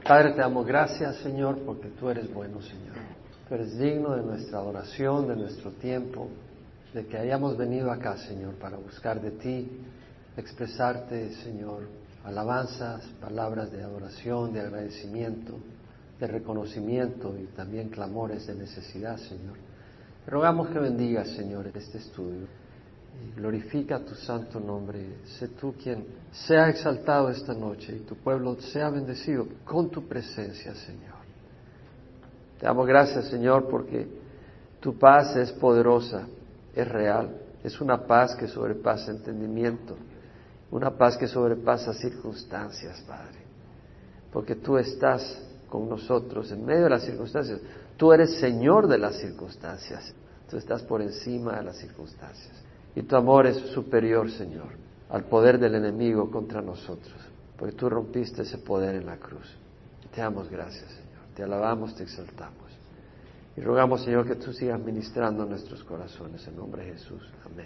Padre, te damos gracias, Señor, porque tú eres bueno, Señor. Tú eres digno de nuestra adoración, de nuestro tiempo, de que hayamos venido acá, Señor, para buscar de ti, expresarte, Señor, alabanzas, palabras de adoración, de agradecimiento, de reconocimiento y también clamores de necesidad, Señor. Te rogamos que bendigas, Señor, este estudio y glorifica tu santo nombre. Sé tú quien sea exaltado esta noche y tu pueblo sea bendecido con tu presencia, Señor. Te damos gracias, Señor, porque tu paz es poderosa, es real, es una paz que sobrepasa entendimiento, una paz que sobrepasa circunstancias, Padre, porque tú estás con nosotros en medio de las circunstancias. Tú eres Señor de las circunstancias, tú estás por encima de las circunstancias. Y tu amor es superior, Señor, al poder del enemigo contra nosotros, porque tú rompiste ese poder en la cruz. Te damos gracias, Señor. Te alabamos, te exaltamos. Y rogamos, Señor, que tú sigas ministrando en nuestros corazones, en nombre de Jesús. Amén.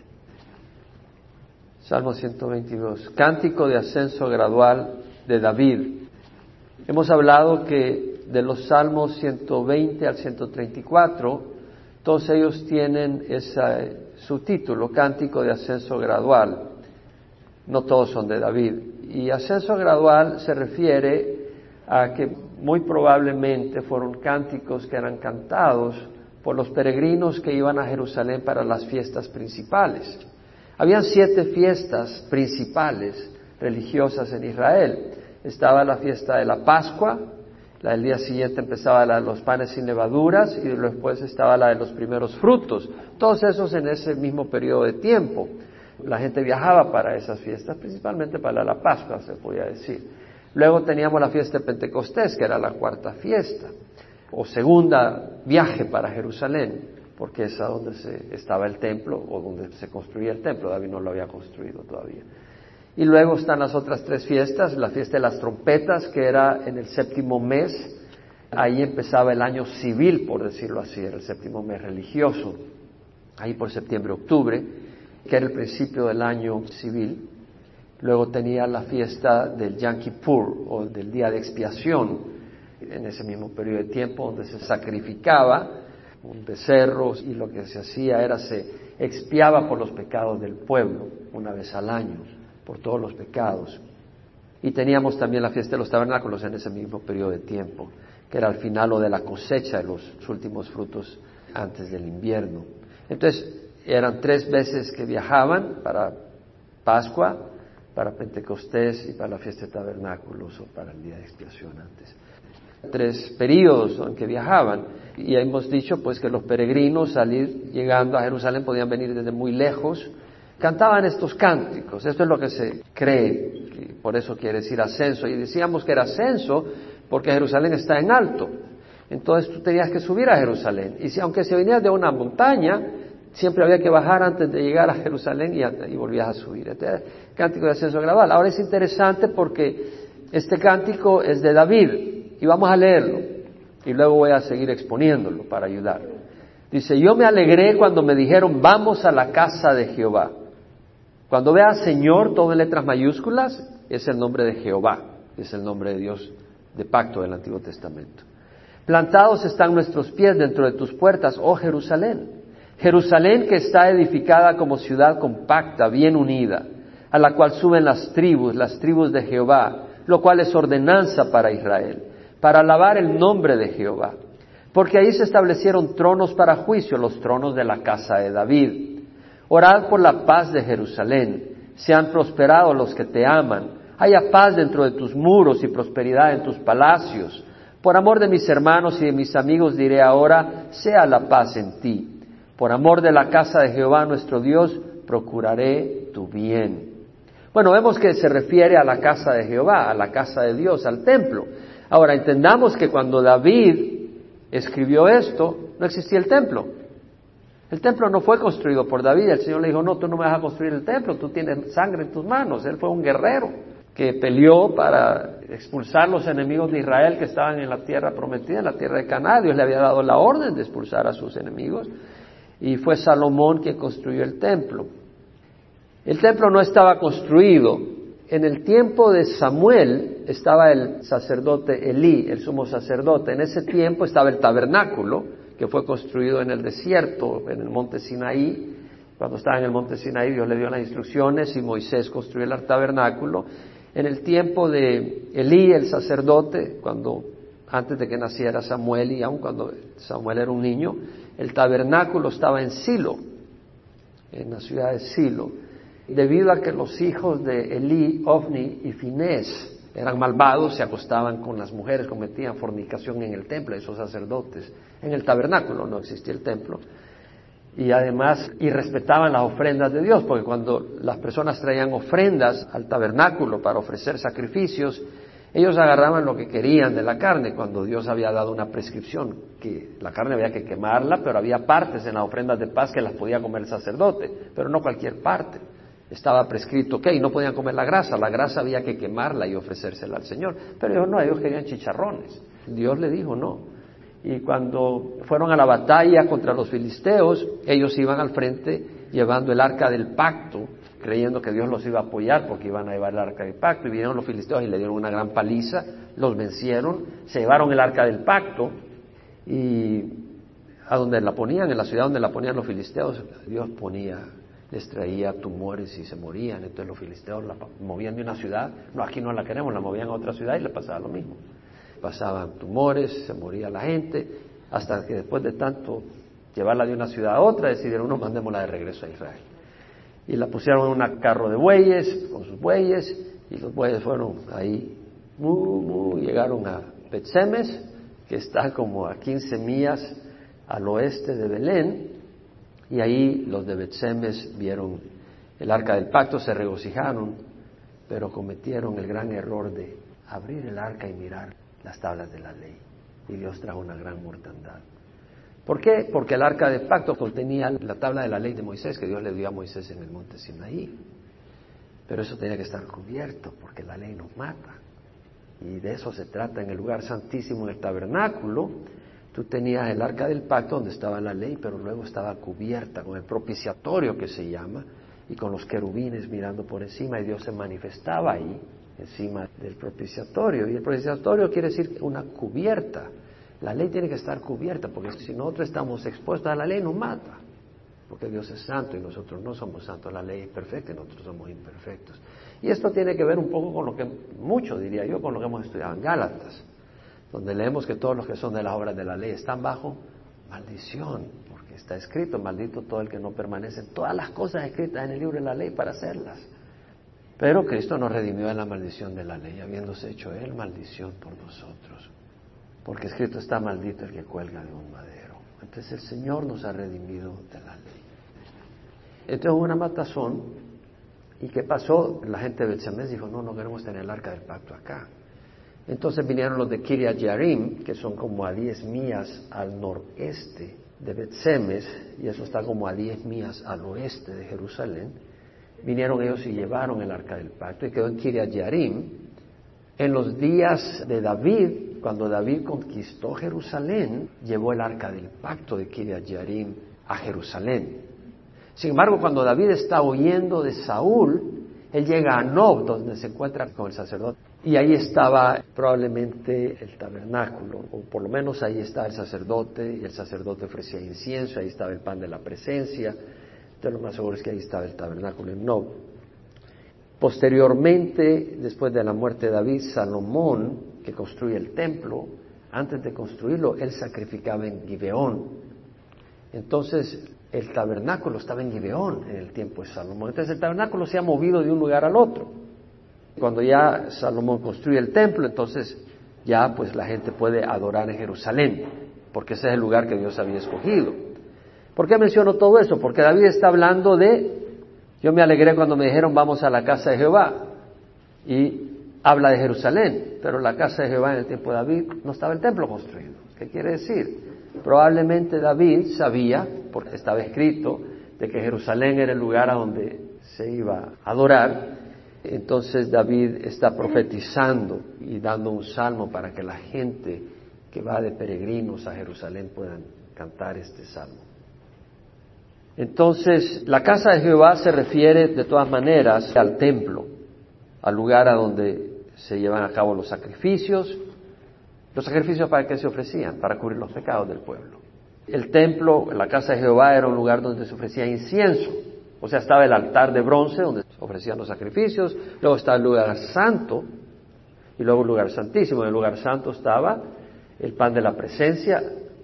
Salmo 122. Cántico de ascenso gradual de David. Hemos hablado que de los Salmos 120 al 134, todos ellos tienen ese subtítulo, Cántico de ascenso gradual. No todos son de David. Y ascenso gradual se refiere a que muy probablemente fueron cánticos que eran cantados por los peregrinos que iban a Jerusalén para las fiestas principales. Habían 7 fiestas principales religiosas en Israel. Estaba la fiesta de la Pascua, la del día siguiente empezaba la de los panes sin levaduras y después estaba la de los primeros frutos. Todos esos en ese mismo periodo de tiempo. La gente viajaba para esas fiestas, principalmente para la Pascua, se podía decir. Luego teníamos la fiesta de Pentecostés, que era la 4ª fiesta, o segunda viaje para Jerusalén, porque es a donde estaba el templo, o donde se construía el templo. David no lo había construido todavía. Y luego están las otras 3 fiestas, la fiesta de las trompetas, que era en el 7º mes. Ahí empezaba el año civil, por decirlo así, era el 7º mes religioso, ahí por septiembre-octubre, que era el principio del año civil. Luego tenía la fiesta del Yom Kippur, o del día de expiación, en ese mismo periodo de tiempo, donde se sacrificaba un becerro, y lo que se hacía era se expiaba por los pecados del pueblo, una vez al año, por todos los pecados. Y teníamos también la fiesta de los tabernáculos en ese mismo periodo de tiempo, que era al final o de la cosecha de los últimos frutos antes del invierno. Entonces, eran 3 veces que viajaban para Pascua, para Pentecostés y para la fiesta de tabernáculos o para el día de expiación antes. 3 periodos en que viajaban. Y hemos dicho pues que los peregrinos llegando a Jerusalén podían venir desde muy lejos. Cantaban estos cánticos. Esto es lo que se cree, y por eso quiere decir ascenso. Y decíamos que era ascenso porque Jerusalén está en alto. Entonces tú tenías que subir a Jerusalén. Y aunque se venía de una montaña, siempre había que bajar antes de llegar a Jerusalén y volvías a subir. Este es cántico de ascenso gradual. Ahora es interesante porque este cántico es de David y vamos a leerlo y luego voy a seguir exponiéndolo para ayudar. Dice: yo me alegré cuando me dijeron vamos a la casa de Jehová. Cuando veas Señor todo en letras mayúsculas, es el nombre de Jehová, es el nombre de Dios de pacto del Antiguo Testamento. Plantados están nuestros pies dentro de tus puertas, oh Jerusalén. Jerusalén que está edificada como ciudad compacta, bien unida, a la cual suben las tribus de Jehová, lo cual es ordenanza para Israel, para alabar el nombre de Jehová. Porque ahí se establecieron tronos para juicio, los tronos de la casa de David. Orad por la paz de Jerusalén, sean prosperados los que te aman, haya paz dentro de tus muros y prosperidad en tus palacios. Por amor de mis hermanos y de mis amigos diré ahora, sea la paz en ti. Por amor de la casa de Jehová nuestro Dios, procuraré tu bien. Bueno, vemos que se refiere a la casa de Jehová, a la casa de Dios, al templo. Ahora, entendamos que cuando David escribió esto, no existía el templo. El templo no fue construido por David. El Señor le dijo, no, tú no me vas a construir el templo, tú tienes sangre en tus manos. Él fue un guerrero que peleó para expulsar los enemigos de Israel que estaban en la tierra prometida, en la tierra de Canaán. Dios le había dado la orden de expulsar a sus enemigos. Y fue Salomón quien construyó el templo. El templo no estaba construido En el tiempo de Samuel estaba el sacerdote Elí, el sumo sacerdote. En ese tiempo estaba el tabernáculo, que fue construido en el desierto, en el monte Sinaí. Cuando estaba en el monte Sinaí, Dios le dio las instrucciones y Moisés construyó el tabernáculo. En el tiempo de Elí, el sacerdote, antes de que naciera Samuel y aun cuando Samuel era un niño, el tabernáculo estaba en Silo, en la ciudad de Silo, debido a que los hijos de Elí, Ofni y Finés eran malvados, se acostaban con las mujeres, cometían fornicación en el templo, esos sacerdotes. En el tabernáculo no existía el templo. Y además irrespetaban las ofrendas de Dios, porque cuando las personas traían ofrendas al tabernáculo para ofrecer sacrificios, ellos agarraban lo que querían de la carne, cuando Dios había dado una prescripción, que la carne había que quemarla, pero había partes en las ofrendas de paz que las podía comer el sacerdote, pero no cualquier parte. Estaba prescrito que no podían comer la grasa había que quemarla y ofrecérsela al Señor, pero ellos no, ellos querían chicharrones. Dios le dijo no. Y cuando fueron a la batalla contra los filisteos, ellos iban al frente llevando el arca del pacto, creyendo que Dios los iba a apoyar porque iban a llevar el arca del pacto, y vinieron los filisteos y le dieron una gran paliza, los vencieron, se llevaron el arca del pacto, y a donde la ponían, en la ciudad donde la ponían los filisteos, Dios les traía tumores y se morían. Entonces los filisteos la movían de una ciudad, no, aquí no la queremos, la movían a otra ciudad y le pasaba lo mismo. Pasaban tumores, se moría la gente, hasta que después de tanto llevarla de una ciudad a otra, decidieron, no, mandémosla de regreso a Israel. Y la pusieron en un carro de bueyes, con sus bueyes, y los bueyes fueron ahí, llegaron a Bet-Semes, que está como a 15 millas al oeste de Belén, y ahí los de Bet-Semes vieron el arca del pacto, se regocijaron, pero cometieron el gran error de abrir el arca y mirar las tablas de la ley, y Dios trajo una gran mortandad. ¿Por qué? Porque el arca del pacto contenía la tabla de la ley de Moisés, que Dios le dio a Moisés en el monte Sinaí, pero eso tenía que estar cubierto, porque la ley nos mata, y de eso se trata. En el lugar santísimo, en el tabernáculo, tú tenías el arca del pacto donde estaba la ley, pero luego estaba cubierta con el propiciatorio, que se llama, y con los querubines mirando por encima, y Dios se manifestaba ahí encima del propiciatorio. Y el propiciatorio quiere decir una cubierta. La ley tiene que estar cubierta, porque si nosotros estamos expuestos a la ley nos mata, porque Dios es santo y nosotros no somos santos. La ley es perfecta y nosotros somos imperfectos. Y esto tiene que ver un poco con lo que, mucho diría yo, con lo que hemos estudiado en Gálatas, donde leemos que todos los que son de las obras de la ley están bajo maldición, porque está escrito, maldito todo el que no permanece en todas las cosas escritas en el libro de la ley para hacerlas. Pero Cristo nos redimió de la maldición de la ley, habiéndose hecho Él maldición por nosotros, porque escrito está, maldito el que cuelga de un madero. Entonces el Señor nos ha redimido de la ley. Entonces hubo una matazón, ¿y qué pasó? La gente de Bet-Semes dijo, no queremos tener el arca del pacto acá. Entonces vinieron los de Kiriat Yarim, que son como a 10 millas al noreste de Bet-Semes, y eso está como a 10 millas al oeste de Jerusalén. Vinieron ellos y llevaron el arca del pacto y quedó en Kiriat Yarim. En los días de David, cuando David conquistó Jerusalén, llevó el arca del pacto de Kiriat Yarim a Jerusalén. Sin embargo, cuando David está huyendo de Saúl, él llega a Nob, donde se encuentra con el sacerdote, y ahí estaba probablemente el tabernáculo, o por lo menos ahí estaba el sacerdote, y el sacerdote ofrecía incienso, ahí estaba el pan de la presencia. Entonces lo más seguro es que ahí estaba el tabernáculo en Nob. Posteriormente, después de la muerte de David, Salomón, que construye el templo, antes de construirlo, él sacrificaba en Gibeón. Entonces, el tabernáculo estaba en Gibeón en el tiempo de Salomón. Entonces, el tabernáculo se ha movido de un lugar al otro. Cuando ya Salomón construye el templo, entonces ya pues la gente puede adorar en Jerusalén, porque ese es el lugar que Dios había escogido. ¿Por qué menciono todo eso? Porque David está hablando yo me alegré cuando me dijeron vamos a la casa de Jehová, y habla de Jerusalén, pero la casa de Jehová en el tiempo de David no estaba el templo construido. ¿Qué quiere decir? Probablemente David sabía, porque estaba escrito, de que Jerusalén era el lugar a donde se iba a adorar. Entonces David está profetizando y dando un salmo para que la gente que va de peregrinos a Jerusalén puedan cantar este salmo. Entonces, la casa de Jehová se refiere de todas maneras al templo al lugar a donde se llevan a cabo los sacrificios. ¿Los sacrificios para qué se ofrecían? Para cubrir los pecados del pueblo. El templo, la casa de Jehová, era un lugar donde se ofrecía incienso. O sea, estaba el altar de bronce donde se ofrecían los sacrificios, luego estaba el lugar santo y luego el lugar santísimo. En el lugar santo estaba el pan de la presencia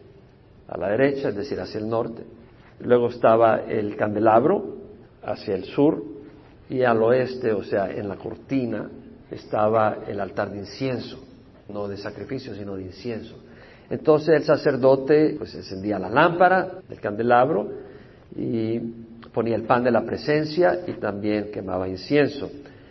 a la derecha, es decir, hacia el norte. Luego estaba el candelabro hacia el sur y al oeste, o sea, en la cortina, estaba el altar de incienso, no de sacrificio, sino de incienso. Entonces el sacerdote pues encendía la lámpara del candelabro y ponía el pan de la presencia y también quemaba incienso.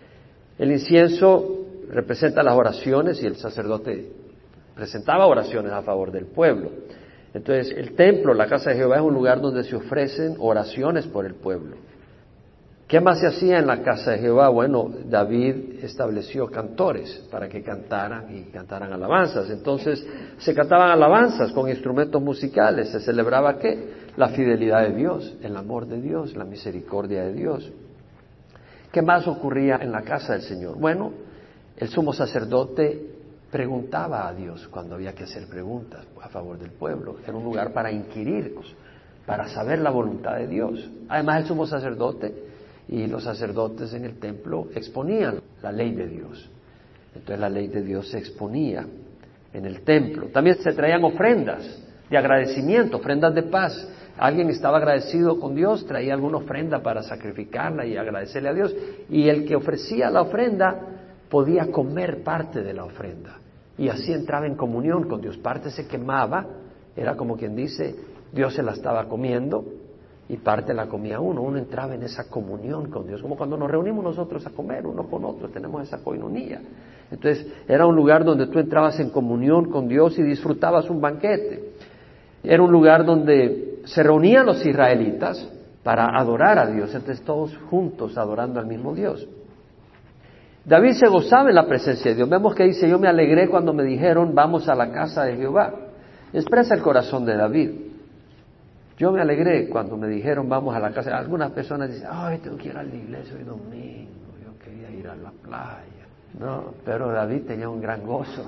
El incienso representa las oraciones y el sacerdote presentaba oraciones a favor del pueblo. Entonces el templo, la casa de Jehová, es un lugar donde se ofrecen oraciones por el pueblo. ¿Qué más se hacía en la casa de Jehová? Bueno, David estableció cantores para que cantaran alabanzas. Entonces, se cantaban alabanzas con instrumentos musicales. ¿Se celebraba qué? La fidelidad de Dios, el amor de Dios, la misericordia de Dios. ¿Qué más ocurría en la casa del Señor? Bueno, el sumo sacerdote preguntaba a Dios cuando había que hacer preguntas a favor del pueblo. Era un lugar para inquirir, para saber la voluntad de Dios. Además, el sumo sacerdote y los sacerdotes en el templo exponían la ley de Dios. Entonces la ley de Dios se exponía en el templo. También se traían ofrendas de agradecimiento, ofrendas de paz. Alguien estaba agradecido con Dios, traía alguna ofrenda para sacrificarla y agradecerle a Dios. Y el que ofrecía la ofrenda podía comer parte de la ofrenda. Y así entraba en comunión con Dios. Parte se quemaba, era como quien dice, Dios se la estaba comiendo. Y parte la comía uno entraba en esa comunión con Dios, como cuando nos reunimos nosotros a comer uno con otro, tenemos esa coinonía. Entonces era un lugar donde tú entrabas en comunión con Dios y disfrutabas un banquete. Era un lugar donde se reunían los israelitas para adorar a Dios, entonces todos juntos adorando al mismo Dios. David se gozaba en la presencia de Dios. Vemos que dice, yo me alegré cuando me dijeron, vamos a la casa de Jehová. Expresa el corazón de David. Yo me alegré cuando me dijeron vamos a la casa. Algunas personas dicen, ay, tengo que ir a la iglesia hoy domingo, yo quería ir a la playa. No, pero David tenía un gran gozo.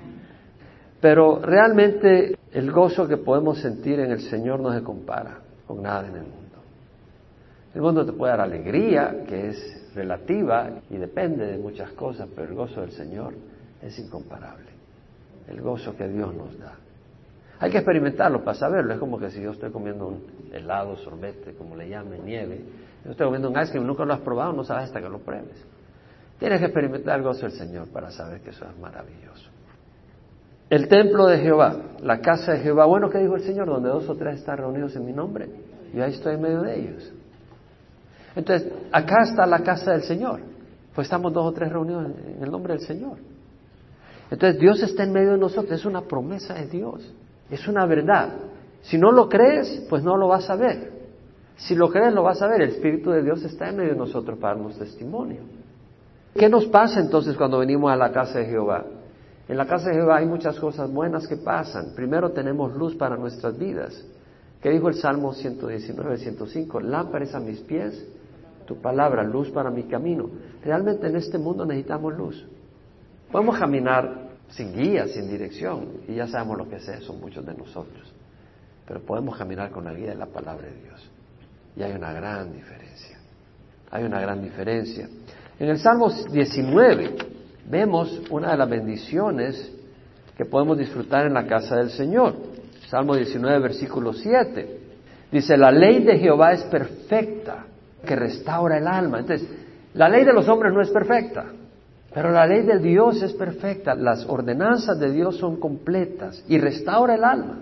Pero realmente el gozo que podemos sentir en el Señor no se compara con nada en el mundo. El mundo te puede dar alegría, que es relativa y depende de muchas cosas, pero el gozo del Señor es incomparable. El gozo que Dios nos da. Hay que experimentarlo para saberlo. Es como que si yo estoy comiendo un helado, sorbete, como le llamen, nieve. Yo estoy comiendo un ice cream, nunca lo has probado, no sabes hasta que lo pruebes. Tienes que experimentar el gozo del Señor para saber que eso es maravilloso. El templo de Jehová, la casa de Jehová. Bueno, ¿qué dijo el Señor? Donde 2 o 3 están reunidos en mi nombre, yo ahí estoy en medio de ellos. Entonces, acá está la casa del Señor. Pues estamos 2 o 3 reunidos en el nombre del Señor. Entonces, Dios está en medio de nosotros. Es una promesa de Dios. Es una verdad. Si no lo crees, pues no lo vas a ver. Si lo crees, lo vas a ver. El Espíritu de Dios está en medio de nosotros para darnos testimonio. ¿Qué nos pasa entonces cuando venimos a la casa de Jehová? En la casa de Jehová hay muchas cosas buenas que pasan. Primero tenemos luz para nuestras vidas. ¿Qué dijo el Salmo 119, 105? Lámpara es a mis pies, tu palabra, luz para mi camino. Realmente en este mundo necesitamos luz. Podemos caminar sin guía, sin dirección, y ya sabemos lo que es eso, muchos de nosotros. Pero podemos caminar con la guía de la palabra de Dios. Y hay una gran diferencia. Hay una gran diferencia. En el Salmo 19 vemos una de las bendiciones que podemos disfrutar en la casa del Señor. Salmo 19, versículo 7. Dice, la ley de Jehová es perfecta, que restaura el alma. Entonces, la ley de los hombres no es perfecta. Pero la ley de Dios es perfecta, las ordenanzas de Dios son completas y restaura el alma.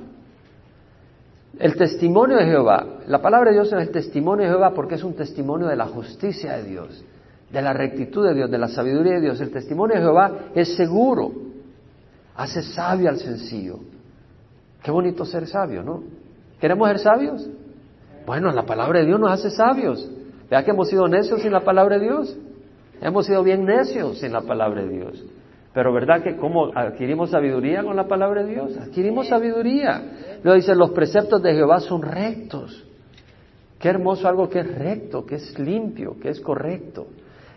El testimonio de Jehová, la palabra de Dios es el testimonio de Jehová porque es un testimonio de la justicia de Dios, de la rectitud de Dios, de la sabiduría de Dios. El testimonio de Jehová es seguro, hace sabio al sencillo. Qué bonito ser sabio, ¿no? ¿Queremos ser sabios? Bueno, la palabra de Dios nos hace sabios. ¿Vea que hemos sido necios sin la palabra de Dios? Hemos sido bien necios sin la palabra de Dios. Pero ¿verdad que cómo adquirimos sabiduría con la palabra de Dios? Adquirimos sabiduría. Luego dice, los preceptos de Jehová son rectos. Qué hermoso algo que es recto, que es limpio, que es correcto.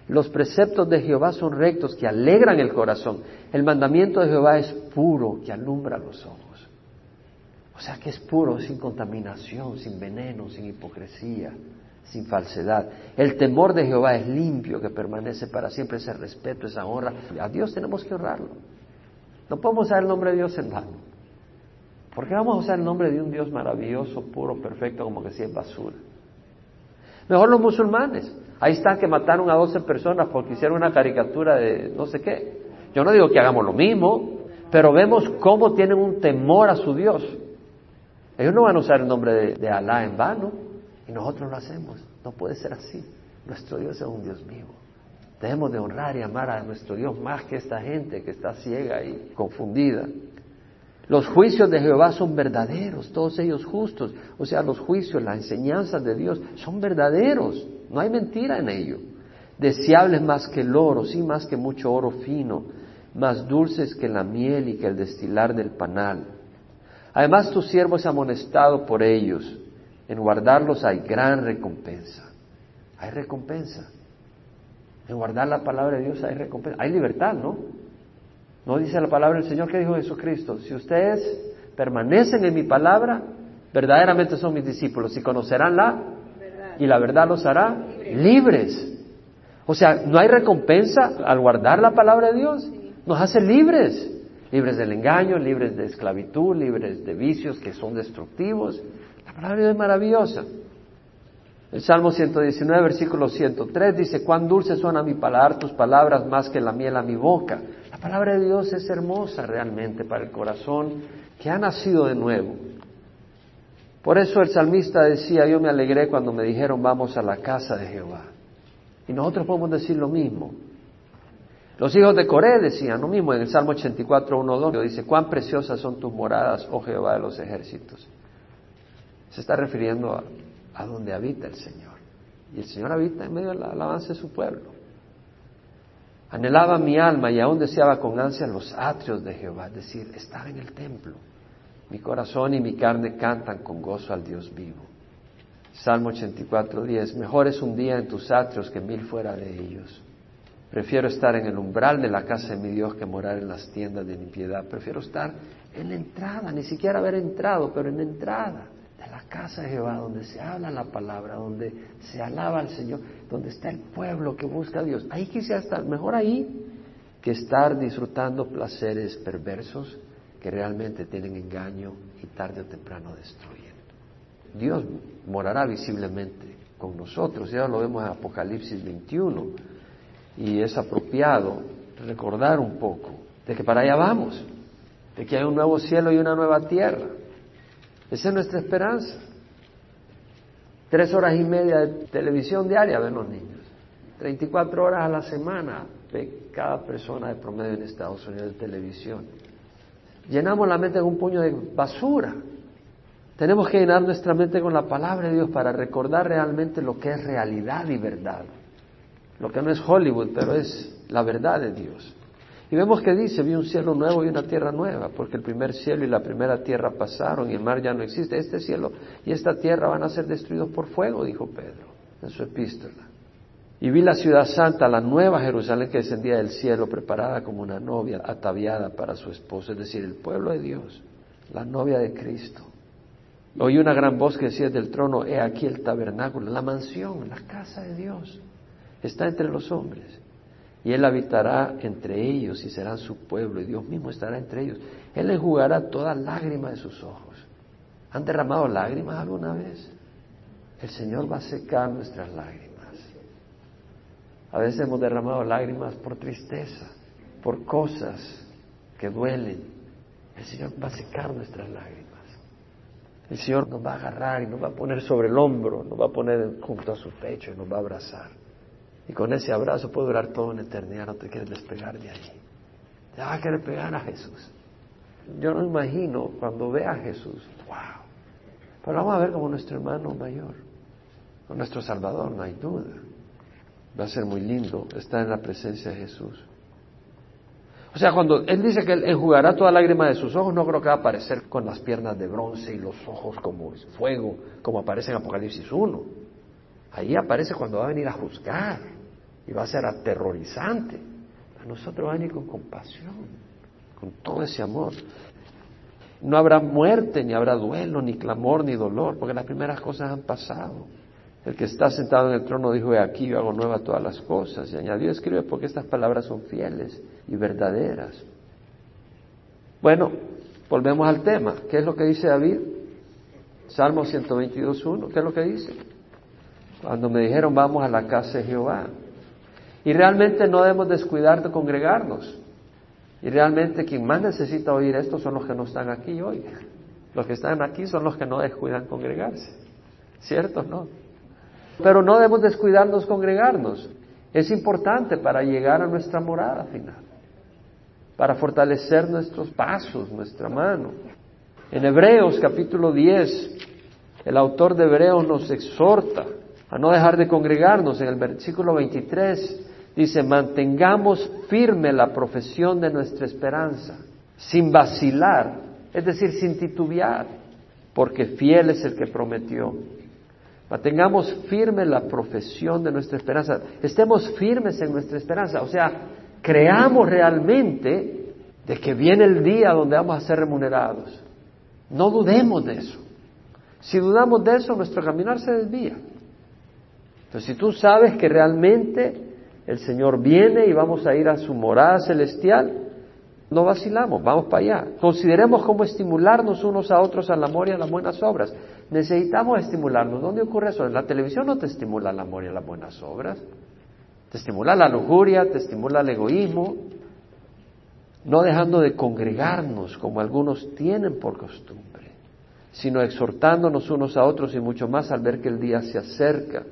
Los preceptos de Jehová son rectos, que alegran el corazón. El mandamiento de Jehová es puro, que alumbra los ojos. O sea que es puro, sin contaminación, sin veneno, sin hipocresía, sin falsedad. El temor de Jehová es limpio, que permanece para siempre, ese respeto, esa honra. A Dios tenemos que honrarlo. No podemos usar el nombre de Dios en vano. ¿Por qué vamos a usar el nombre de un Dios maravilloso, puro, perfecto, como que si es basura? Mejor los musulmanes. Ahí están que mataron a 12 personas porque hicieron una caricatura de no sé qué. Yo no digo que hagamos lo mismo, pero vemos cómo tienen un temor a su Dios. Ellos no van a usar el nombre de Alá en vano, y nosotros lo hacemos. No puede ser así. Nuestro Dios es un Dios vivo. Debemos de honrar y amar a nuestro Dios más que esta gente que está ciega y confundida. Los juicios de Jehová son verdaderos, todos ellos justos. O sea, los juicios, las enseñanzas de Dios son verdaderos. No hay mentira en ello. Deseables más que el oro, sí, más que mucho oro fino, más dulces que la miel y que el destilar del panal. Además, tu siervo es amonestado por ellos. En guardarlos hay gran recompensa. Hay recompensa. En guardar la palabra de Dios hay recompensa. Hay libertad, ¿no? No dice la palabra del Señor, que dijo Jesucristo: si ustedes permanecen en mi palabra, verdaderamente son mis discípulos y conocerán la verdad, y la verdad los hará libres. O sea, no hay recompensa al guardar la palabra de Dios. Nos hace libres. Libres del engaño, libres de esclavitud, libres de vicios que son destructivos. La palabra de Dios es maravillosa. El Salmo 119, versículo 103 dice: cuán dulces son a mi paladar tus palabras, más que la miel a mi boca. La palabra de Dios es hermosa realmente para el corazón que ha nacido de nuevo. Por eso el salmista decía: yo me alegré cuando me dijeron vamos a la casa de Jehová. Y nosotros podemos decir lo mismo. Los hijos de Coré decían lo mismo en el Salmo 84, 1, 2. Dice: cuán preciosas son tus moradas, oh Jehová de los ejércitos. Se está refiriendo a donde habita el Señor. Y el Señor habita en medio de la alabanza de su pueblo. Anhelaba mi alma y aún deseaba con ansia los atrios de Jehová, es decir, estar en el templo. Mi corazón y mi carne cantan con gozo al Dios vivo. Salmo 84, 10. Mejor es un día en tus atrios que 1000 fuera de ellos. Prefiero estar en el umbral de la casa de mi Dios que morar en las tiendas de impiedad. Prefiero estar en la entrada, ni siquiera haber entrado, pero en la entrada de la casa de Jehová, donde se habla la palabra, donde se alaba al Señor, donde está el pueblo que busca a Dios. Ahí quisiera estar, mejor ahí que estar disfrutando placeres perversos que realmente tienen engaño y tarde o temprano destruyen. Dios morará visiblemente con nosotros, ya lo vemos en Apocalipsis 21, y es apropiado recordar un poco de que para allá vamos, de que hay un nuevo cielo y una nueva tierra. Esa es nuestra esperanza. 3 horas y media de televisión diaria ven los niños, 34 horas a la semana ve cada persona de promedio en Estados Unidos de televisión. Llenamos la mente con un puño de basura. Tenemos que llenar nuestra mente con la palabra de Dios para recordar realmente lo que es realidad y verdad. Lo que no es Hollywood, pero es la verdad de Dios. Y vemos que dice: vi un cielo nuevo y una tierra nueva, porque el primer cielo y la primera tierra pasaron y el mar ya no existe. Este cielo y esta tierra van a ser destruidos por fuego, dijo Pedro en su epístola. Y vi la ciudad santa, la nueva Jerusalén, que descendía del cielo, preparada como una novia ataviada para su esposo, es decir, el pueblo de Dios, la novia de Cristo. Oí una gran voz que decía del trono: he aquí el tabernáculo, la mansión, la casa de Dios, está entre los hombres, y Él habitará entre ellos y serán su pueblo, y Dios mismo estará entre ellos. Él enjugará toda lágrima de sus ojos. ¿Han derramado lágrimas alguna vez? El Señor va a secar nuestras lágrimas. A veces hemos derramado lágrimas por tristeza, por cosas que duelen. El Señor va a secar nuestras lágrimas. El Señor nos va a agarrar y nos va a poner sobre el hombro, nos va a poner junto a su pecho y nos va a abrazar. Y con ese abrazo puede durar toda una eternidad, no te quieres despegar de allí. Te vas a querer pegar a Jesús. Yo no imagino cuando vea a Jesús, wow. Pero vamos a ver como nuestro hermano mayor, o nuestro Salvador, no hay duda. Va a ser muy lindo estar en la presencia de Jesús. O sea, cuando Él dice que Él enjugará toda lágrima de sus ojos, no creo que va a aparecer con las piernas de bronce y los ojos como fuego, como aparece en Apocalipsis 1. Ahí aparece cuando va a venir a juzgar. y va a ser aterrorizante. A nosotros va a venir con compasión, con todo ese amor. No habrá muerte, ni habrá duelo, ni clamor, ni dolor, porque las primeras cosas han pasado. El que está sentado en el trono dijo: he aquí, yo hago nuevas todas las cosas. Y añadió: escribe, porque estas palabras son fieles y verdaderas. Bueno, volvemos al tema. ¿Qué es lo que dice David? Salmo 122:1. ¿Qué es lo que dice? Cuando me dijeron: vamos a la casa de Jehová. Y realmente no debemos descuidar de congregarnos. Y realmente quien más necesita oír esto son los que no están aquí hoy. Los que están aquí son los que no descuidan congregarse. ¿Cierto? ¿No? Pero no debemos descuidarnos congregarnos. Es importante para llegar a nuestra morada final, para fortalecer nuestros pasos, nuestra mano. En Hebreos capítulo 10, el autor de Hebreos nos exhorta a no dejar de congregarnos. En el versículo 23 dice: mantengamos firme la profesión de nuestra esperanza, sin vacilar, es decir, sin titubear, porque fiel es el que prometió. Mantengamos firme la profesión de nuestra esperanza. Estemos firmes en nuestra esperanza. O sea, creamos realmente de que viene el día donde vamos a ser remunerados. No dudemos de eso. Si dudamos de eso, nuestro caminar se desvía. Entonces, si tú sabes que realmente el Señor viene y vamos a ir a su morada celestial, no vacilamos, vamos para allá. Consideremos cómo estimularnos unos a otros al amor y a las buenas obras. Necesitamos estimularnos. ¿Dónde ocurre eso? En la televisión no te estimula el amor y las buenas obras. Te estimula la lujuria, te estimula el egoísmo. No dejando de congregarnos como algunos tienen por costumbre, sino exhortándonos unos a otros, y mucho más al ver que el día se acerca.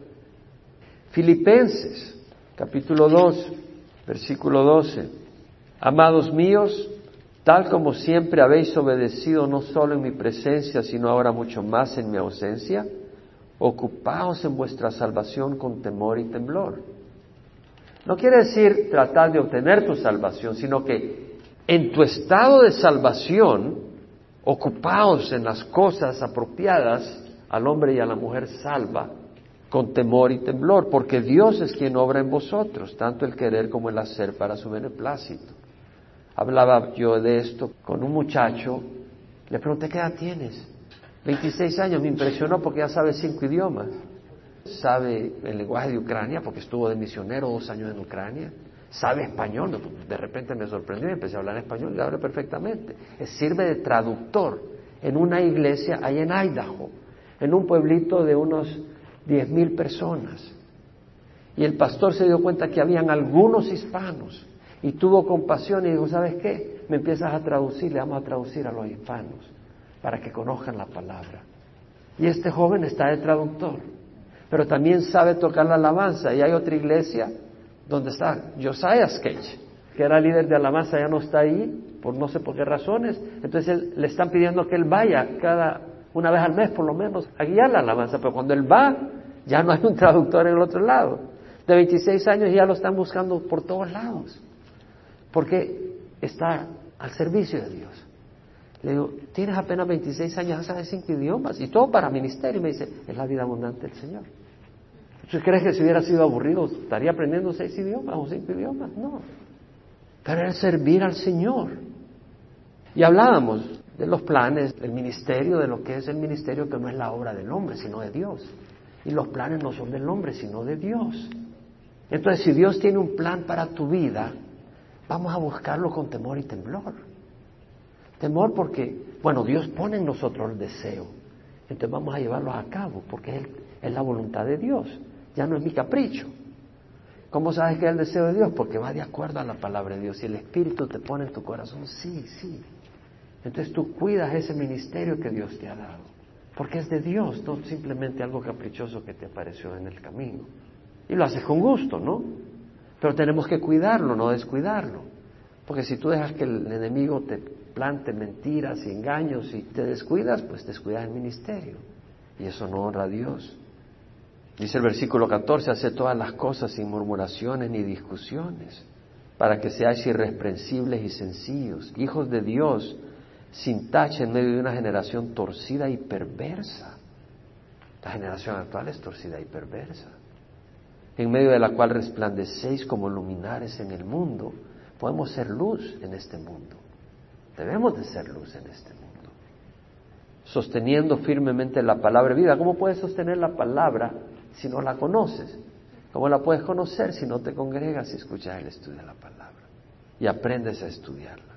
Filipenses, capítulo 2, versículo 12. Amados míos, tal como siempre habéis obedecido, no solo en mi presencia, sino ahora mucho más en mi ausencia, ocupaos en vuestra salvación con temor y temblor. No quiere decir tratar de obtener tu salvación, sino que en tu estado de salvación, ocupaos en las cosas apropiadas al hombre y a la mujer salva, con temor y temblor, porque Dios es quien obra en vosotros, tanto el querer como el hacer para su beneplácito. Hablaba yo de esto con un muchacho, le pregunté: ¿qué edad tienes? 26 años, me impresionó porque ya sabe 5 idiomas. Sabe el lenguaje de Ucrania porque estuvo de misionero 2 años en Ucrania. Sabe español, de repente me sorprendió y empecé a hablar español y lo habla perfectamente. Sirve de traductor en una iglesia ahí en Idaho, en un pueblito de unos 10,000 personas. Y el pastor se dio cuenta que habían algunos hispanos y tuvo compasión y dijo: ¿sabes qué? Me empiezas a traducir, le vamos a traducir a los hispanos para que conozcan la palabra. Y este joven está de traductor, pero también sabe tocar la alabanza. Y hay otra iglesia donde está Josiah Sketch, que era líder de alabanza, ya no está ahí, por no sé por qué razones. Entonces le están pidiendo que él vaya una vez al mes por lo menos a guiar la alabanza, pero cuando él va, ya no hay un traductor en el otro lado. De 26 años ya lo están buscando por todos lados, porque está al servicio de Dios. Le digo: tienes apenas 26 años, ya sabes 5 idiomas, y todo para ministerio. Y me dice: es la vida abundante del Señor. ¿Tú crees que si hubiera sido aburrido estaría aprendiendo 6 idiomas o 5 idiomas? No. Pero es servir al Señor. Y hablábamos de los planes del ministerio, de lo que es el ministerio, que no es la obra del hombre, sino de Dios. Y los planes no son del hombre, sino de Dios. Entonces, si Dios tiene un plan para tu vida, vamos a buscarlo con temor y temblor. Temor porque, Dios pone en nosotros el deseo. Entonces vamos a llevarlo a cabo, porque es la voluntad de Dios. Ya no es mi capricho. ¿Cómo sabes que es el deseo de Dios? Porque va de acuerdo a la palabra de Dios. Y el Espíritu te pone en tu corazón: sí, sí. Entonces tú cuidas ese ministerio que Dios te ha dado, porque es de Dios, no simplemente algo caprichoso que te apareció en el camino. Y lo haces con gusto, ¿no? Pero tenemos que cuidarlo, no descuidarlo. Porque si tú dejas que el enemigo te plante mentiras y engaños y te descuidas, pues descuidas el ministerio. Y eso no honra a Dios. Dice el versículo 14: haced todas las cosas sin murmuraciones ni discusiones, para que seáis irreprensibles y sencillos, hijos de Dios, sin tacha en medio de una generación torcida y perversa. La generación actual es torcida y perversa. en medio de la cual resplandecéis como luminares en el mundo. Podemos ser luz en este mundo. Debemos de ser luz en este mundo. Sosteniendo firmemente la palabra de vida. ¿Cómo puedes sostener la palabra si no la conoces? ¿Cómo la puedes conocer si no te congregas y escuchas el estudio de la palabra? Y aprendes a estudiarla.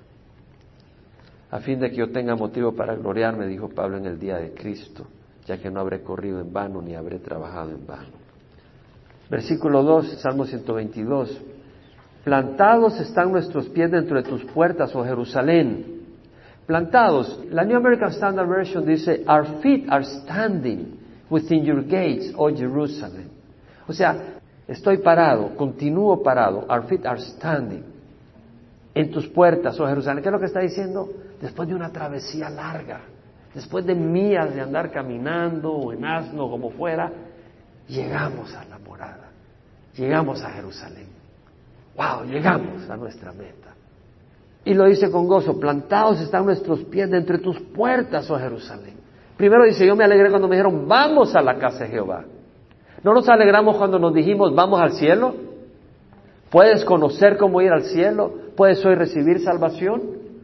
A fin de que yo tenga motivo para gloriarme, dijo Pablo, en el día de Cristo, ya que no habré corrido en vano ni habré trabajado en vano. Versículo 2, Salmo 122. Plantados están nuestros pies dentro de tus puertas, oh Jerusalén. Plantados. La New American Standard Version dice, our feet are standing within your gates, oh Jerusalem. O sea, estoy parado, continúo parado. Our feet are standing en tus puertas, oh Jerusalén. ¿Qué es lo que está diciendo? Después de una travesía larga, después de millas de andar caminando o en asno, como fuera, llegamos a la morada, llegamos a Jerusalén. ¡Wow! Llegamos a nuestra meta. Y lo dice con gozo, plantados están nuestros pies de entre tus puertas, oh Jerusalén. Primero dice, yo me alegré cuando me dijeron, vamos a la casa de Jehová. ¿No nos alegramos cuando nos dijimos, vamos al cielo? ¿Puedes conocer cómo ir al cielo? ¿Puedes hoy recibir salvación?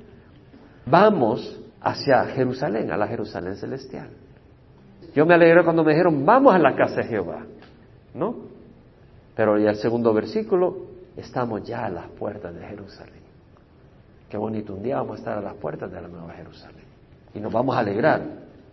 Vamos hacia Jerusalén, a la Jerusalén celestial. Yo me alegré cuando me dijeron, vamos a la casa de Jehová, ¿no? Pero ya el segundo versículo, estamos ya a las puertas de Jerusalén. Qué bonito, un día vamos a estar a las puertas de la Nueva Jerusalén y nos vamos a alegrar.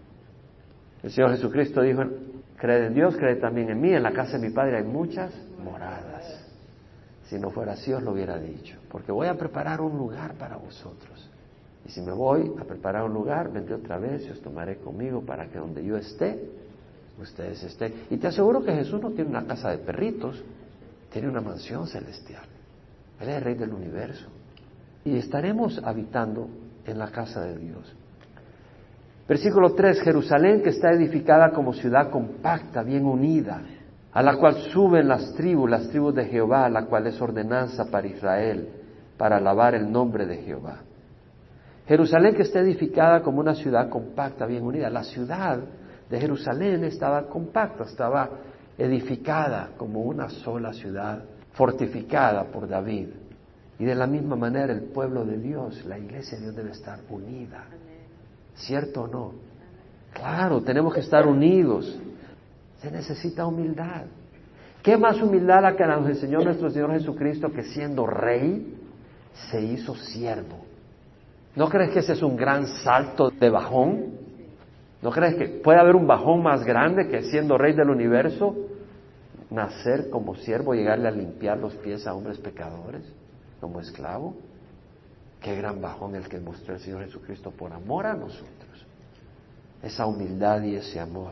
El Señor Jesucristo dijo, creed en Dios, creed también en mí, en la casa de mi Padre hay muchas moradas. Si no fuera así os lo hubiera dicho, porque voy a preparar un lugar para vosotros. Y si me voy a preparar un lugar, vendré otra vez y os tomaré conmigo para que donde yo esté, ustedes estén. Y te aseguro que Jesús no tiene una casa de perritos, tiene una mansión celestial. Él es el Rey del universo. Y estaremos habitando en la casa de Dios. Versículo 3, Jerusalén que está edificada como ciudad compacta, bien unida, a la cual suben las tribus de Jehová, la cual es ordenanza para Israel, para alabar el nombre de Jehová. Jerusalén que está edificada como una ciudad compacta, bien unida. La ciudad de Jerusalén estaba compacta, estaba edificada como una sola ciudad, fortificada por David. Y de la misma manera el pueblo de Dios, la iglesia de Dios debe estar unida. ¿Cierto o no? Claro, tenemos que estar unidos. Se necesita humildad. ¿Qué más humildad la que nos enseñó nuestro Señor Jesucristo, que siendo rey se hizo siervo? ¿No crees que ese es un gran salto de bajón? ¿No crees que puede haber un bajón más grande que siendo rey del universo, nacer como siervo, llegarle a limpiar los pies a hombres pecadores, como esclavo? Qué gran bajón el que mostró el Señor Jesucristo por amor a nosotros. Esa humildad y ese amor.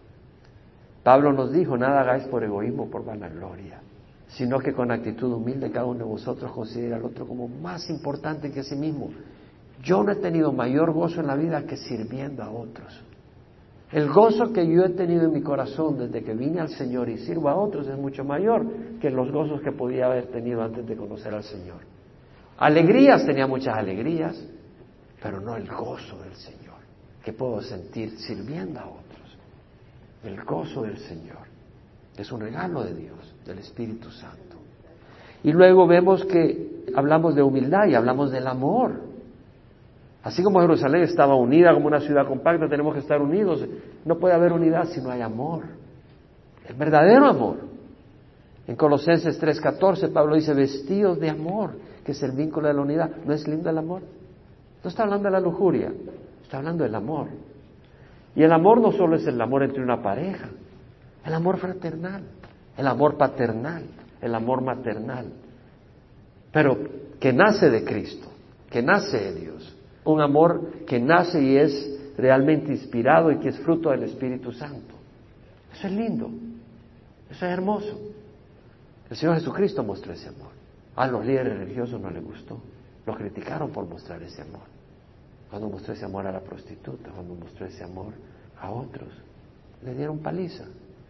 Pablo nos dijo, nada hagáis por egoísmo, por vanagloria, sino que con actitud humilde cada uno de vosotros considera al otro como más importante que a sí mismo. Yo no he tenido mayor gozo en la vida que sirviendo a otros. El gozo que yo he tenido en mi corazón desde que vine al Señor y sirvo a otros es mucho mayor que los gozos que podía haber tenido antes de conocer al Señor. Alegrías, tenía muchas alegrías, pero no el gozo del Señor, que puedo sentir sirviendo a otros. El gozo del Señor es un regalo de Dios, del Espíritu Santo. Y luego vemos que hablamos de humildad y hablamos del amor. Así como Jerusalén estaba unida como una ciudad compacta, tenemos que estar unidos. No puede haber unidad si no hay amor. El verdadero amor. En Colosenses 3:14 Pablo dice, vestidos de amor, que es el vínculo de la unidad. ¿No es lindo el amor? No está hablando de la lujuria, está hablando del amor. Y el amor no solo es el amor entre una pareja, el amor fraternal, el amor paternal, el amor maternal, pero que nace de Cristo, que nace de Dios. Un amor que nace y es realmente inspirado y que es fruto del Espíritu Santo. Eso es lindo, eso es hermoso. El Señor Jesucristo mostró ese amor. A los líderes religiosos no les gustó, los criticaron por mostrar ese amor. Cuando mostró ese amor a la prostituta, cuando mostró ese amor a otros, le dieron paliza.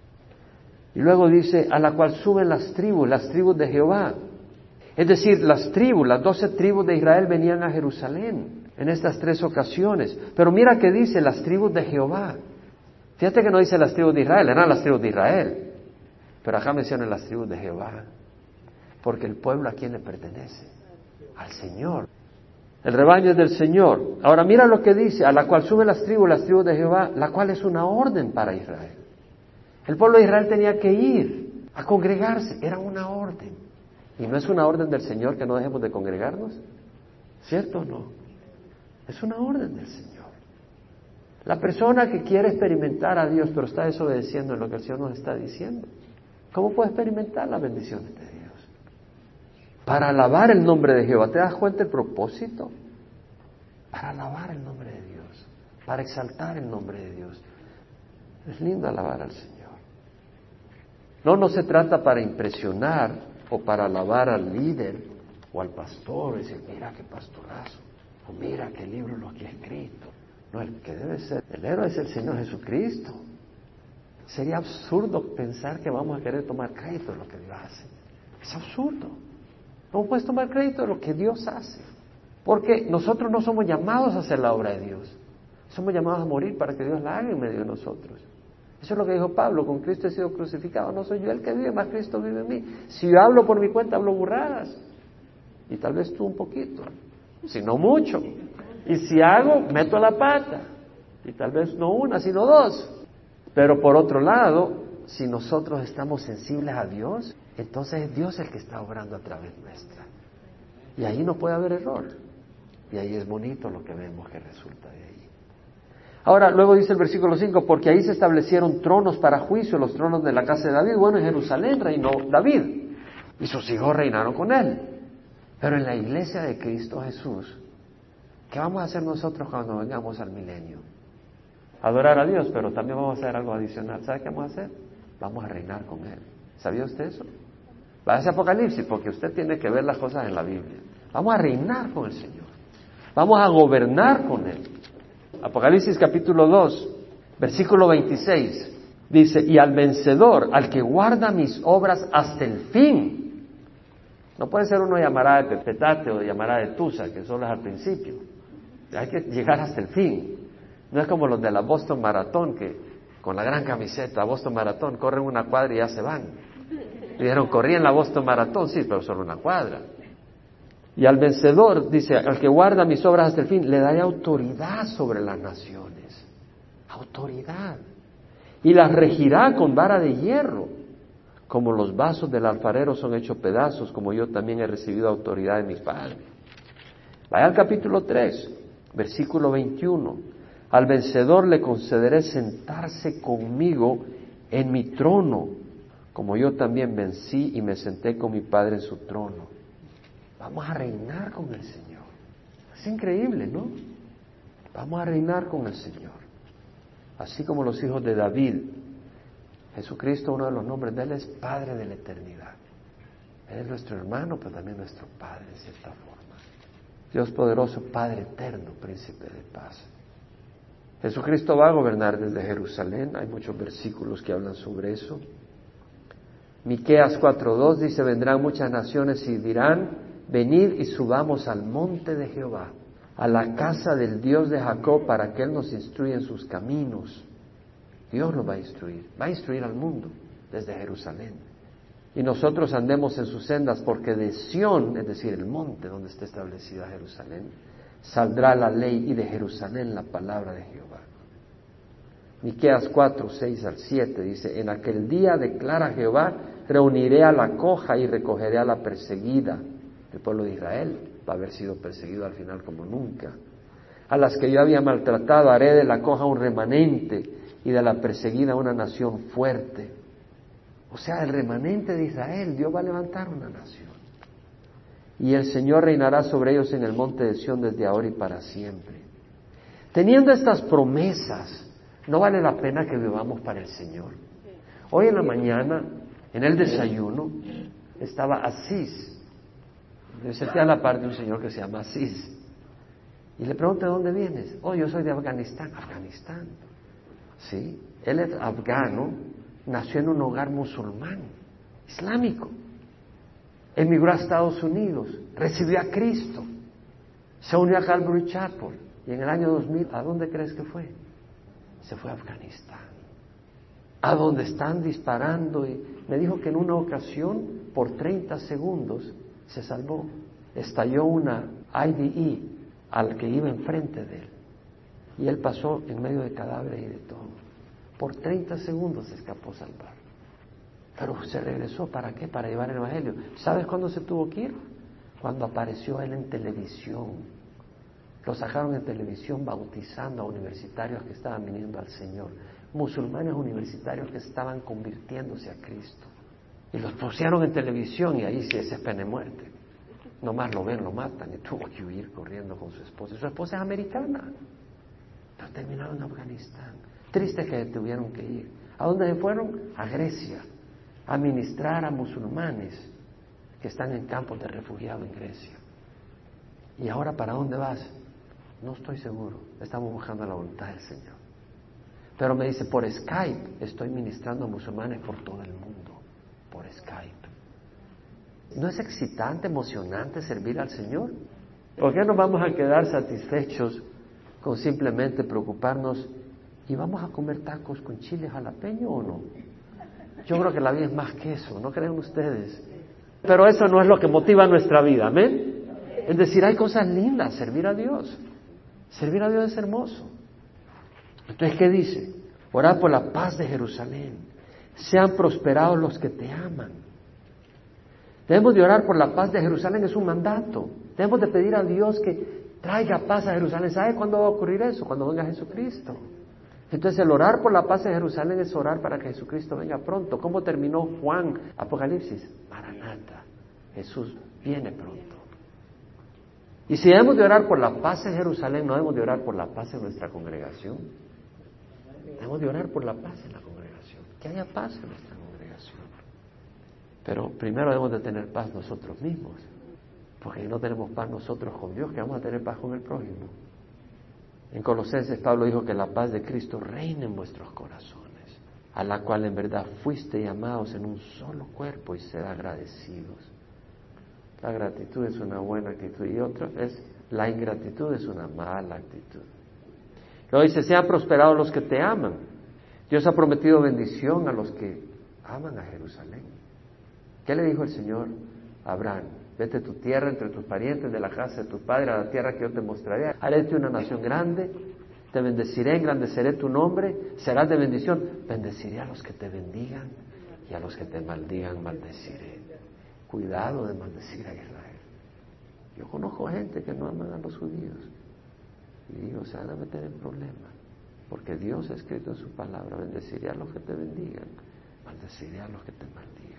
Y luego dice, a la cual suben las tribus de Jehová. Es decir, las 12 tribus de Israel venían a Jerusalén en estas 3 ocasiones. Pero mira que dice las tribus de Jehová. Fíjate que no dice las tribus de Israel, eran las tribus de Israel. Pero acá mencionan las tribus de Jehová, porque el pueblo, ¿a quién le pertenece? Al Señor. El rebaño es del Señor. Ahora mira lo que dice, a la cual suben las tribus de Jehová, la cual es una orden para Israel. El pueblo de Israel tenía que ir a congregarse, era una orden. ¿Y no es una orden del Señor que no dejemos de congregarnos? ¿Cierto o no? Es una orden del Señor. La persona que quiere experimentar a Dios, pero está desobedeciendo en lo que el Señor nos está diciendo, ¿cómo puede experimentar las bendiciones de Dios? Para alabar el nombre de Jehová. ¿Te das cuenta el propósito? Para alabar el nombre de Dios, para exaltar el nombre de Dios. Es lindo alabar al Señor. No se trata para impresionar o para alabar al líder o al pastor, y decir, mira qué pastorazo, o mira qué libro lo que ha escrito. No, el que debe ser, el héroe es el Señor Jesucristo. Sería absurdo pensar que vamos a querer tomar crédito de lo que Dios hace. Es absurdo. No puedes tomar crédito de lo que Dios hace. Porque nosotros no somos llamados a hacer la obra de Dios. Somos llamados a morir para que Dios la haga en medio de nosotros. Eso es lo que dijo Pablo, con Cristo he sido crucificado. No soy yo el que vive, más Cristo vive en mí. Si yo hablo por mi cuenta, hablo burradas. Y tal vez tú un poquito, si no mucho. Y si hago, meto la pata. Y tal vez no una, sino dos. Pero por otro lado, si nosotros estamos sensibles a Dios, entonces es Dios el que está obrando a través nuestra. Y ahí no puede haber error. Y ahí es bonito lo que vemos que resulta de ahí. Ahora, luego dice el versículo 5, porque ahí se establecieron tronos para juicio, los tronos de la casa de David. Bueno, en Jerusalén reinó David y sus hijos reinaron con él. Pero en la iglesia de Cristo Jesús, ¿qué vamos a hacer nosotros cuando vengamos al milenio? Adorar a Dios, pero también vamos a hacer algo adicional. ¿Sabe qué vamos a hacer? Vamos a reinar con Él. ¿Sabía usted eso? Vaya a Apocalipsis, porque usted tiene que ver las cosas en la Biblia. Vamos a reinar con el Señor. Vamos a gobernar con Él. Apocalipsis capítulo 2, versículo 26, dice, y al vencedor, al que guarda mis obras hasta el fin. No puede ser uno llamará de petate o llamará de tusa, que solo es al principio. Hay que llegar hasta el fin. No es como los de la Boston Marathon, que con la gran camiseta, Boston Marathon, corren una cuadra y ya se van. Dijeron, corrí en la Boston Marathon, sí, pero solo una cuadra. Y al vencedor, dice, al que guarda mis obras hasta el fin, le daré autoridad sobre las naciones. Autoridad. Y las regirá con vara de hierro. Como los vasos del alfarero son hechos pedazos, como yo también he recibido autoridad de mi Padre. Vaya al capítulo 3, versículo 21. Al vencedor le concederé sentarse conmigo en mi trono, como yo también vencí y me senté con mi Padre en su trono. Vamos a reinar con el Señor. Es increíble, ¿no? Vamos a reinar con el Señor. Así como los hijos de David. Jesucristo, uno de los nombres de Él es Padre de la eternidad. Él es nuestro hermano, pero también nuestro Padre, de cierta forma. Dios poderoso, Padre eterno, Príncipe de paz. Jesucristo va a gobernar desde Jerusalén. Hay muchos versículos que hablan sobre eso. Miqueas 4:2 dice, vendrán muchas naciones y dirán, venid y subamos al monte de Jehová, a la casa del Dios de Jacob, para que Él nos instruya en sus caminos. Dios nos va a instruir al mundo desde Jerusalén. Y nosotros andemos en sus sendas, porque de Sión, es decir, el monte donde está establecida Jerusalén, saldrá la ley y de Jerusalén la palabra de Jehová. Miqueas 4:6-7 dice, en aquel día declara Jehová, reuniré a la coja y recogeré a la perseguida. El pueblo de Israel va a haber sido perseguido al final como nunca. A las que yo había maltratado haré de la coja un remanente y de la perseguida una nación fuerte. O sea, el remanente de Israel, Dios va a levantar una nación. Y el Señor reinará sobre ellos en el monte de Sión desde ahora y para siempre. Teniendo estas promesas, ¿no vale la pena que vivamos para el Señor? Hoy en la mañana, en el desayuno, estaba Asís. Me senté a la par de un señor que se llama Asís. Y le pregunté, ¿de dónde vienes? Oh, yo soy de Afganistán. Afganistán. Sí, él es afgano, nació en un hogar musulmán, islámico. Emigró a Estados Unidos, recibió a Cristo, se unió a Calvary Chapel. Y en el año 2000, ¿a dónde crees que fue? Se fue a Afganistán. a donde están disparando. Y me dijo que en una ocasión, por 30 segundos, se salvó. Estalló una IDE al que iba enfrente de él. Y él pasó en medio de cadáveres y de todo. Por 30 segundos se escapó salvar. Pero se regresó, ¿para qué? Para llevar el evangelio. ¿Sabes cuándo se tuvo que ir? Cuando apareció él en televisión. Lo sacaron en televisión bautizando a universitarios que estaban viniendo al Señor. Musulmanes universitarios que estaban convirtiéndose a Cristo. Y los pusieron en televisión y ahí sí ese es pena de muerte. Nomás lo ven, lo matan y tuvo que huir corriendo con su esposa. Y su esposa es americana. Pero terminaron en Afganistán. Triste que tuvieron que ir. ¿A dónde se fueron? A Grecia. A ministrar a musulmanes que están en campos de refugiados en Grecia. ¿Y ahora para dónde vas? No estoy seguro. Estamos buscando la voluntad del Señor. Pero me dice, por Skype estoy ministrando a musulmanes por todo el mundo. Por Skype. ¿No es excitante, emocionante servir al Señor? ¿Por qué nos vamos a quedar satisfechos con simplemente preocuparnos y vamos a comer tacos con chile jalapeño o no? Yo creo que la vida es más que eso, ¿no creen ustedes? Pero eso no es lo que motiva nuestra vida, ¿amén? Es decir, hay cosas lindas, servir a Dios. Servir a Dios es hermoso. Entonces, ¿qué dice? Orad por la paz de Jerusalén. Sean prosperados los que te aman. Debemos de orar por la paz de Jerusalén, es un mandato. Debemos de pedir a Dios que traiga paz a Jerusalén. ¿Sabe cuándo va a ocurrir eso? Cuando venga Jesucristo. Entonces el orar por la paz de Jerusalén es orar para que Jesucristo venga pronto. ¿Cómo terminó Juan Apocalipsis? Maranata, Jesús viene pronto. Y si debemos de orar por la paz en Jerusalén, no debemos de orar por la paz en nuestra congregación. Debemos de orar por la paz en la congregación, que haya paz en nuestra congregación. Pero primero debemos de tener paz nosotros mismos, porque si no tenemos paz nosotros con Dios, que vamos a tener paz con el prójimo. En Colosenses Pablo dijo que la paz de Cristo reina en vuestros corazones, a la cual en verdad fuiste llamados en un solo cuerpo, y sed agradecidos. La gratitud es una buena actitud y otra es la ingratitud es una mala actitud. Luego dice, sean prosperados los que te aman. Dios ha prometido bendición a los que aman a Jerusalén. ¿Qué le dijo el Señor a Abraham? Vete a tu tierra, entre tus parientes, de la casa de tu padre, a la tierra que yo te mostraré. Haré de ti una nación grande, te bendeciré, engrandeceré tu nombre, serás de bendición. Bendeciré a los que te bendigan y a los que te maldigan, maldeciré. Cuidado de maldecir a Israel. Yo conozco gente que no aman a los judíos y digo, se van a meter en problemas, porque Dios ha escrito en su palabra, bendeciré a los que te bendigan, maldeciré a los que te maldigan.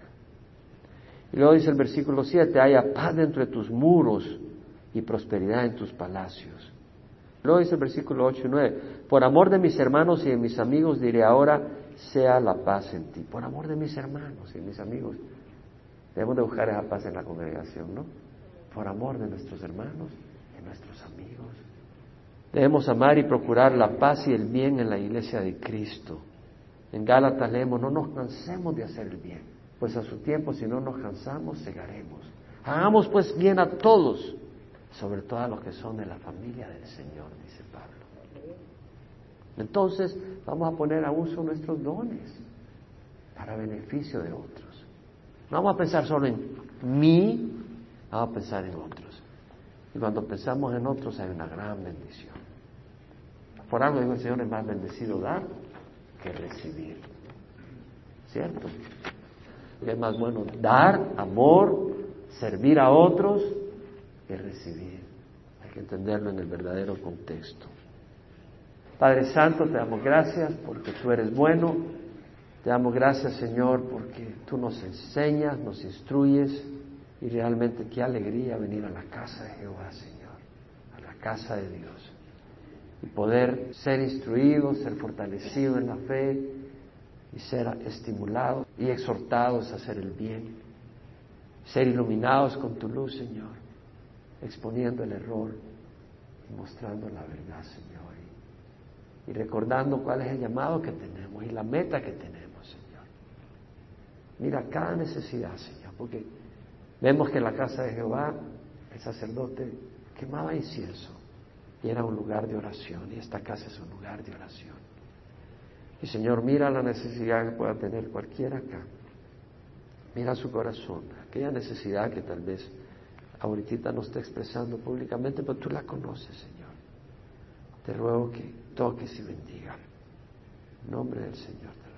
Y luego dice el versículo 7, haya paz dentro de tus muros y prosperidad en tus palacios. Luego dice el versículo 8 y 9, por amor de mis hermanos y de mis amigos diré ahora, sea la paz en ti. Por amor de mis hermanos y de mis amigos. Debemos de buscar esa paz en la congregación, ¿no? Por amor de nuestros hermanos y nuestros amigos. Debemos amar y procurar la paz y el bien en la iglesia de Cristo. En Gálatas leemos, no nos cansemos de hacer el bien, pues a su tiempo, si no nos cansamos, segaremos. Hagamos pues bien a todos, sobre todo a los que son de la familia del Señor, dice Pablo. Entonces, vamos a poner a uso nuestros dones para beneficio de otros. No vamos a pensar solo en mí, vamos a pensar en otros. Y cuando pensamos en otros hay una gran bendición. Por algo digo el Señor, es más bendecido dar que recibir. ¿Cierto? Es más bueno dar amor, servir a otros, que recibir. Hay que entenderlo en el verdadero contexto. Padre Santo, te damos gracias porque tú eres bueno. Te damos gracias, Señor, porque tú nos enseñas, nos instruyes, y realmente qué alegría venir a la casa de Jehová, Señor, a la casa de Dios, y poder ser instruidos, ser fortalecidos en la fe, y ser estimulados y exhortados a hacer el bien, ser iluminados con tu luz, Señor, exponiendo el error y mostrando la verdad, Señor, y recordando cuál es el llamado que tenemos y la meta que tenemos. Mira cada necesidad, Señor, porque vemos que en la casa de Jehová el sacerdote quemaba incienso y era un lugar de oración, y esta casa es un lugar de oración. Y Señor, mira la necesidad que pueda tener cualquiera acá. Mira su corazón, aquella necesidad que tal vez ahorita no está expresando públicamente, pero tú la conoces, Señor. Te ruego que toques y bendiga. En nombre del Señor.